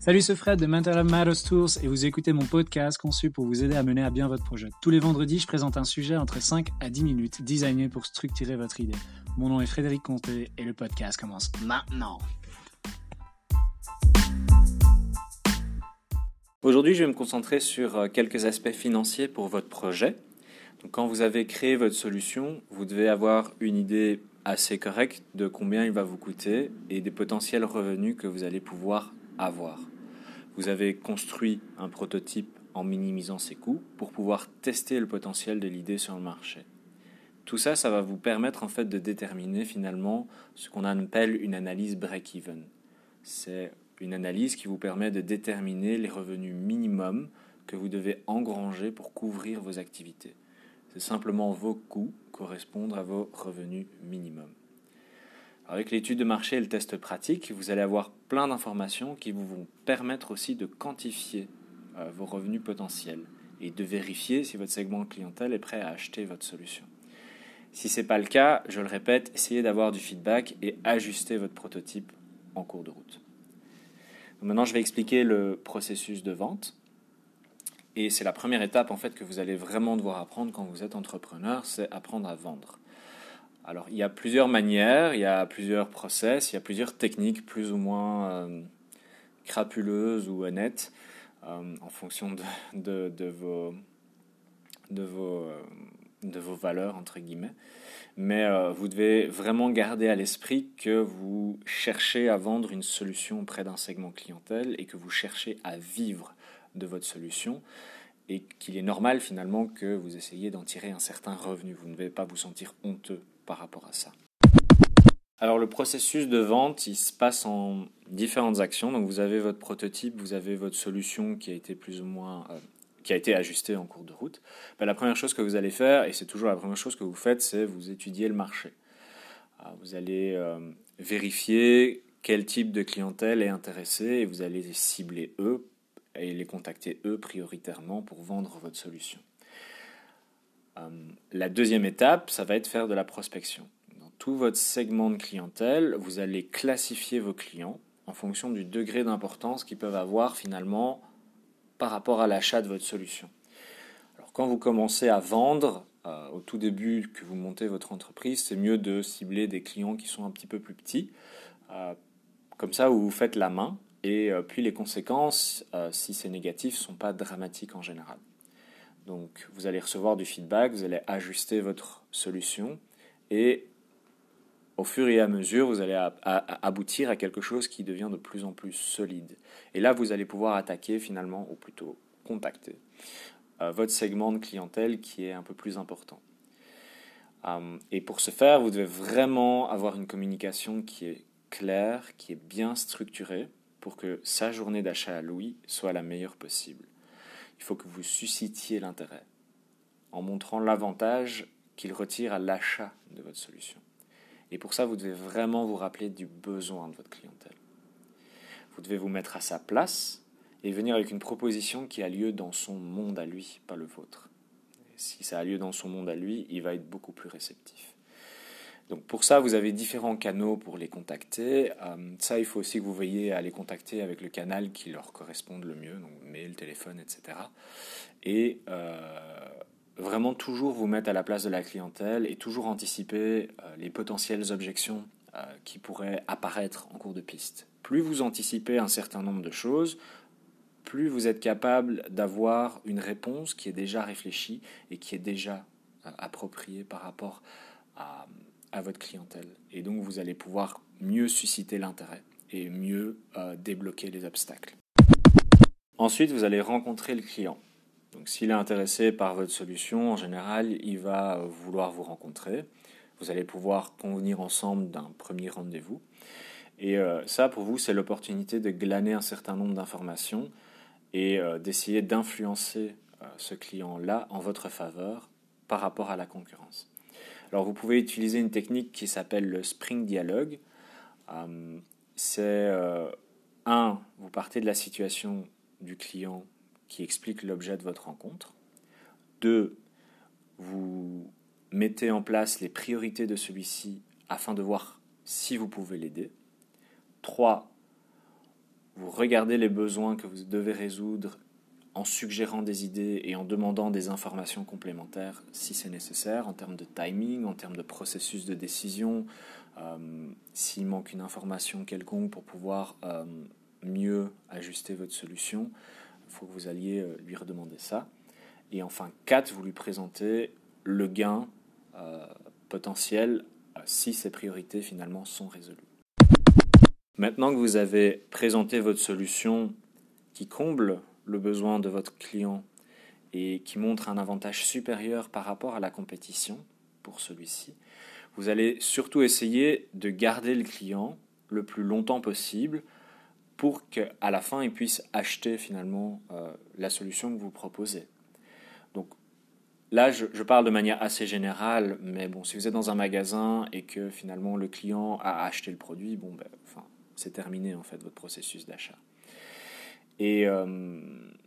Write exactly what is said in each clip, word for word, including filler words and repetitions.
Salut, c'est Fred de Mental Matters Tools et vous écoutez mon podcast conçu pour vous aider à mener à bien votre projet. Tous les vendredis, je présente un sujet entre cinq à dix minutes designé pour structurer votre idée. Mon nom est Frédéric Comté et le podcast commence maintenant. Aujourd'hui, je vais me concentrer sur quelques aspects financiers pour votre projet. Donc, quand vous avez créé votre solution, vous devez avoir une idée assez correcte de combien il va vous coûter et des potentiels revenus que vous allez pouvoir avoir. Vous avez construit un prototype en minimisant ses coûts pour pouvoir tester le potentiel de l'idée sur le marché. Tout ça, ça va vous permettre en fait de déterminer finalement ce qu'on appelle une analyse break-even. C'est une analyse qui vous permet de déterminer les revenus minimums que vous devez engranger pour couvrir vos activités. C'est simplement vos coûts correspondre à vos revenus minimums. Avec l'étude de marché et le test pratique, vous allez avoir plein d'informations qui vous vont permettre aussi de quantifier euh, vos revenus potentiels et de vérifier si votre segment de clientèle est prêt à acheter votre solution. Si ce n'est pas le cas, je le répète, essayez d'avoir du feedback et ajustez votre prototype en cours de route. Donc maintenant, je vais expliquer le processus de vente. Et c'est la première étape en fait que vous allez vraiment devoir apprendre quand vous êtes entrepreneur, c'est apprendre à vendre. Alors, il y a plusieurs manières, il y a plusieurs process, il y a plusieurs techniques plus ou moins euh, crapuleuses ou honnêtes euh, en fonction de, de, de, vos, de, vos, euh, de vos valeurs, entre guillemets. Mais euh, vous devez vraiment garder à l'esprit que vous cherchez à vendre une solution auprès d'un segment clientèle et que vous cherchez à vivre de votre solution et qu'il est normal finalement que vous essayiez d'en tirer un certain revenu. Vous ne devez pas vous sentir honteux par rapport à ça. Alors le processus de vente, il se passe en différentes actions. Donc vous avez votre prototype, vous avez votre solution qui a été plus ou moins euh, qui a été ajustée en cours de route. Ben, la première chose que vous allez faire, et c'est toujours la première chose que vous faites, c'est vous étudier le marché. Alors, vous allez euh, vérifier quel type de clientèle est intéressée et vous allez les cibler eux et les contacter eux prioritairement pour vendre votre solution. Euh, la deuxième étape, ça va être faire de la prospection. Dans tout votre segment de clientèle, vous allez classifier vos clients en fonction du degré d'importance qu'ils peuvent avoir finalement par rapport à l'achat de votre solution. Alors, quand vous commencez à vendre, euh, au tout début que vous montez votre entreprise, c'est mieux de cibler des clients qui sont un petit peu plus petits, euh, comme ça où vous faites la main. Et puis les conséquences, euh, si c'est négatif, ne sont pas dramatiques en général. Donc vous allez recevoir du feedback, vous allez ajuster votre solution et au fur et à mesure, vous allez à, à, aboutir à quelque chose qui devient de plus en plus solide. Et là, vous allez pouvoir attaquer finalement, ou plutôt contacter, euh, votre segment de clientèle qui est un peu plus important. Euh, et pour ce faire, vous devez vraiment avoir une communication qui est claire, qui est bien structurée, pour que sa journée d'achat à Louis soit la meilleure possible. Il faut que vous suscitiez l'intérêt en montrant l'avantage qu'il retire à l'achat de votre solution. Et pour ça, vous devez vraiment vous rappeler du besoin de votre clientèle. Vous devez vous mettre à sa place et venir avec une proposition qui a lieu dans son monde à lui, pas le vôtre. Et si ça a lieu dans son monde à lui, il va être beaucoup plus réceptif. Donc pour ça, vous avez différents canaux pour les contacter. Euh, ça, il faut aussi que vous veilliez à les contacter avec le canal qui leur corresponde le mieux, donc mail, téléphone, et cetera. Et euh, vraiment toujours vous mettre à la place de la clientèle et toujours anticiper euh, les potentielles objections euh, qui pourraient apparaître en cours de piste. Plus vous anticipez un certain nombre de choses, plus vous êtes capable d'avoir une réponse qui est déjà réfléchie et qui est déjà euh, appropriée par rapport à... à votre clientèle. Et donc, vous allez pouvoir mieux susciter l'intérêt et mieux euh, débloquer les obstacles. Ensuite, vous allez rencontrer le client. Donc, s'il est intéressé par votre solution, en général, il va vouloir vous rencontrer. Vous allez pouvoir convenir ensemble d'un premier rendez-vous. Et euh, ça, pour vous, c'est l'opportunité de glaner un certain nombre d'informations et euh, d'essayer d'influencer euh, ce client-là en votre faveur par rapport à la concurrence. Alors, vous pouvez utiliser une technique qui s'appelle le Spring Dialogue. Euh, c'est, euh, un, vous partez de la situation du client qui explique l'objet de votre rencontre. Deux, vous mettez en place les priorités de celui-ci afin de voir si vous pouvez l'aider. Trois, vous regardez les besoins que vous devez résoudre en suggérant des idées et en demandant des informations complémentaires si c'est nécessaire, en termes de timing, en termes de processus de décision, euh, s'il manque une information quelconque pour pouvoir euh, mieux ajuster votre solution, il faut que vous alliez euh, lui redemander ça. Et enfin, quatre, vous lui présentez le gain euh, potentiel euh, si ces priorités finalement sont résolues. Maintenant que vous avez présenté votre solution qui comble le besoin de votre client et qui montre un avantage supérieur par rapport à la compétition pour celui-ci, vous allez surtout essayer de garder le client le plus longtemps possible pour qu'à la fin, il puisse acheter finalement euh, la solution que vous proposez. Donc là, je, je parle de manière assez générale, mais bon, si vous êtes dans un magasin et que finalement le client a acheté le produit, bon, ben, enfin, c'est terminé en fait votre processus d'achat. Et euh,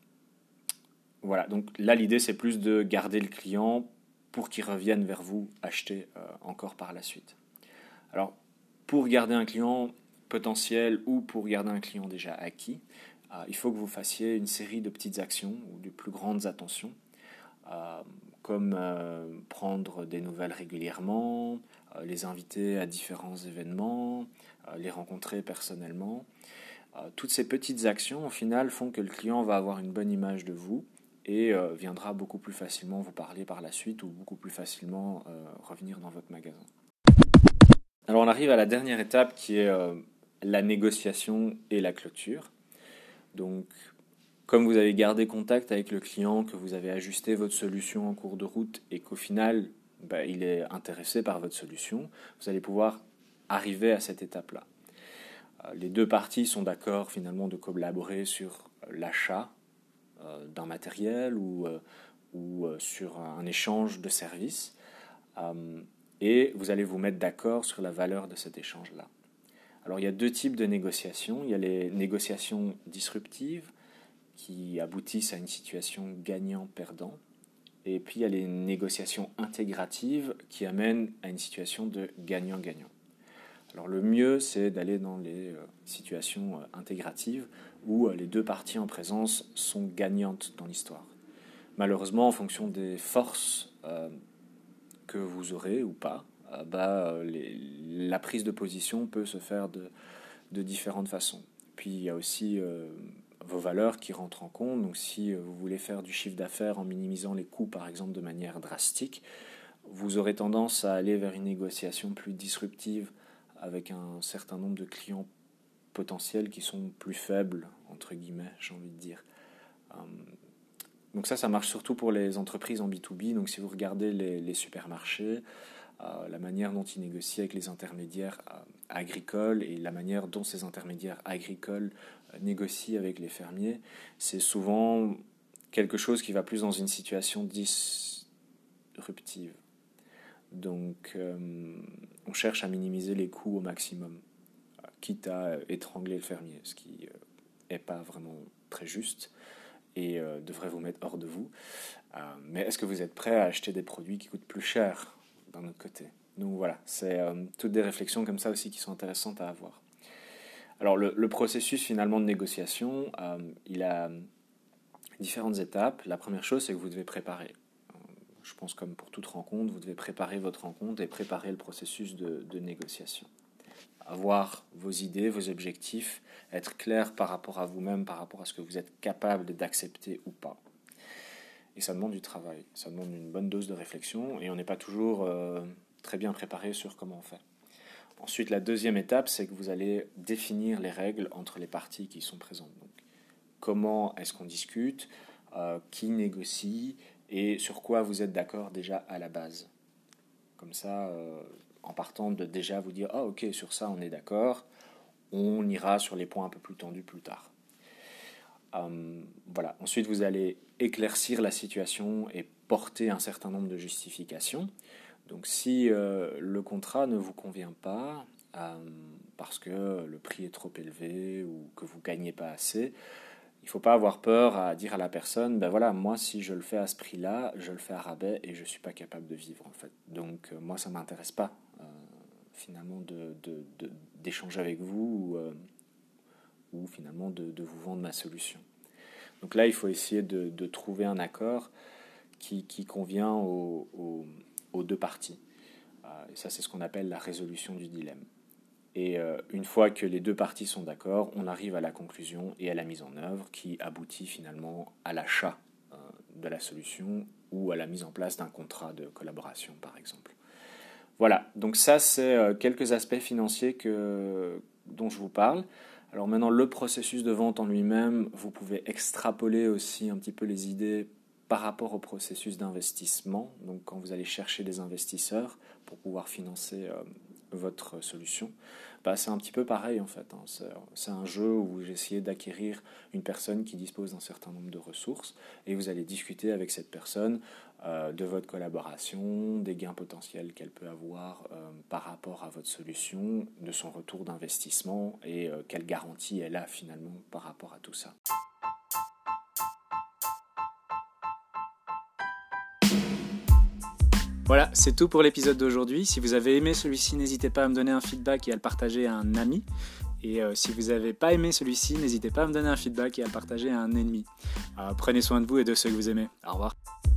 voilà, donc là l'idée c'est plus de garder le client pour qu'il revienne vers vous acheter euh, encore par la suite. Alors pour garder un client potentiel ou pour garder un client déjà acquis, euh, il faut que vous fassiez une série de petites actions ou de plus grandes attentions, euh, comme euh, prendre des nouvelles régulièrement, euh, les inviter à différents événements, euh, les rencontrer personnellement. Euh, toutes ces petites actions, au final, font que le client va avoir une bonne image de vous et euh, viendra beaucoup plus facilement vous parler par la suite ou beaucoup plus facilement euh, revenir dans votre magasin. Alors on arrive à la dernière étape qui est euh, la négociation et la clôture. Donc, comme vous avez gardé contact avec le client, que vous avez ajusté votre solution en cours de route et qu'au final, bah, il est intéressé par votre solution, vous allez pouvoir arriver à cette étape-là. Les deux parties sont d'accord finalement de collaborer sur l'achat euh, d'un matériel ou, euh, ou euh, sur un échange de services euh, et vous allez vous mettre d'accord sur la valeur de cet échange-là. Alors il y a deux types de négociations. Il y a les négociations disruptives qui aboutissent à une situation gagnant-perdant et puis il y a les négociations intégratives qui amènent à une situation de gagnant-gagnant. Alors le mieux, c'est d'aller dans les euh, situations euh, intégratives où euh, les deux parties en présence sont gagnantes dans l'histoire. Malheureusement, en fonction des forces euh, que vous aurez ou pas, euh, bah, les, la prise de position peut se faire de, de différentes façons. Puis il y a aussi euh, vos valeurs qui rentrent en compte. Donc si vous voulez faire du chiffre d'affaires en minimisant les coûts, par exemple, de manière drastique, vous aurez tendance à aller vers une négociation plus disruptive avec un certain nombre de clients potentiels qui sont plus faibles, entre guillemets, j'ai envie de dire. Donc ça, ça marche surtout pour les entreprises en B deux B. Donc si vous regardez les, les supermarchés, euh, la manière dont ils négocient avec les intermédiaires euh, agricoles et la manière dont ces intermédiaires agricoles euh, négocient avec les fermiers, c'est souvent quelque chose qui va plus dans une situation disruptive. Donc, euh, on cherche à minimiser les coûts au maximum, quitte à étrangler le fermier, ce qui n'est euh, pas vraiment très juste et euh, devrait vous mettre hors de vous. Euh, mais est-ce que vous êtes prêt à acheter des produits qui coûtent plus cher d'un autre côté? Donc voilà, c'est euh, toutes des réflexions comme ça aussi qui sont intéressantes à avoir. Alors, le, le processus finalement de négociation, euh, il a différentes étapes. La première chose, c'est que vous devez préparer. Je pense comme pour toute rencontre, vous devez préparer votre rencontre et préparer le processus de, de négociation. Avoir vos idées, vos objectifs, être clair par rapport à vous-même, par rapport à ce que vous êtes capable d'accepter ou pas. Et ça demande du travail, ça demande une bonne dose de réflexion et on n'est pas toujours euh, très bien préparé sur comment on fait. Ensuite, la deuxième étape, c'est que vous allez définir les règles entre les parties qui sont présentes. Donc, comment est-ce qu'on discute, euh, qui négocie, et sur quoi vous êtes d'accord déjà à la base. Comme ça, euh, en partant de déjà vous dire « Ah ok, sur ça on est d'accord, on ira sur les points un peu plus tendus plus tard. Euh, » Voilà. Ensuite, vous allez éclaircir la situation et porter un certain nombre de justifications. Donc si euh, le contrat ne vous convient pas, euh, parce que le prix est trop élevé ou que vous ne gagnez pas assez, il ne faut pas avoir peur à dire à la personne, ben voilà, moi si je le fais à ce prix-là, je le fais à rabais et je ne suis pas capable de vivre en fait. Donc euh, moi ça ne m'intéresse pas euh, finalement de, de, de, d'échanger avec vous ou, euh, ou finalement de, de vous vendre ma solution. Donc là, il faut essayer de, de trouver un accord qui, qui convient aux, aux, aux deux parties. Et ça, c'est ce qu'on appelle la résolution du dilemme. Et euh, une fois que les deux parties sont d'accord, on arrive à la conclusion et à la mise en œuvre qui aboutit finalement à l'achat euh, de la solution ou à la mise en place d'un contrat de collaboration, par exemple. Voilà, donc ça, c'est euh, quelques aspects financiers que, dont je vous parle. Alors maintenant, le processus de vente en lui-même, vous pouvez extrapoler aussi un petit peu les idées par rapport au processus d'investissement. Donc quand vous allez chercher des investisseurs pour pouvoir financer euh, votre solution, bah, c'est un petit peu pareil en fait. Hein. C'est, c'est un jeu où vous essayez d'acquérir une personne qui dispose d'un certain nombre de ressources et vous allez discuter avec cette personne euh, de votre collaboration, des gains potentiels qu'elle peut avoir euh, par rapport à votre solution, de son retour d'investissement et euh, quelle garantie elle a finalement par rapport à tout ça. Voilà, c'est tout pour l'épisode d'aujourd'hui. Si vous avez aimé celui-ci, n'hésitez pas à me donner un feedback et à le partager à un ami. Et euh, si vous n'avez pas aimé celui-ci, n'hésitez pas à me donner un feedback et à le partager à un ennemi. Euh, prenez soin de vous et de ceux que vous aimez. Au revoir.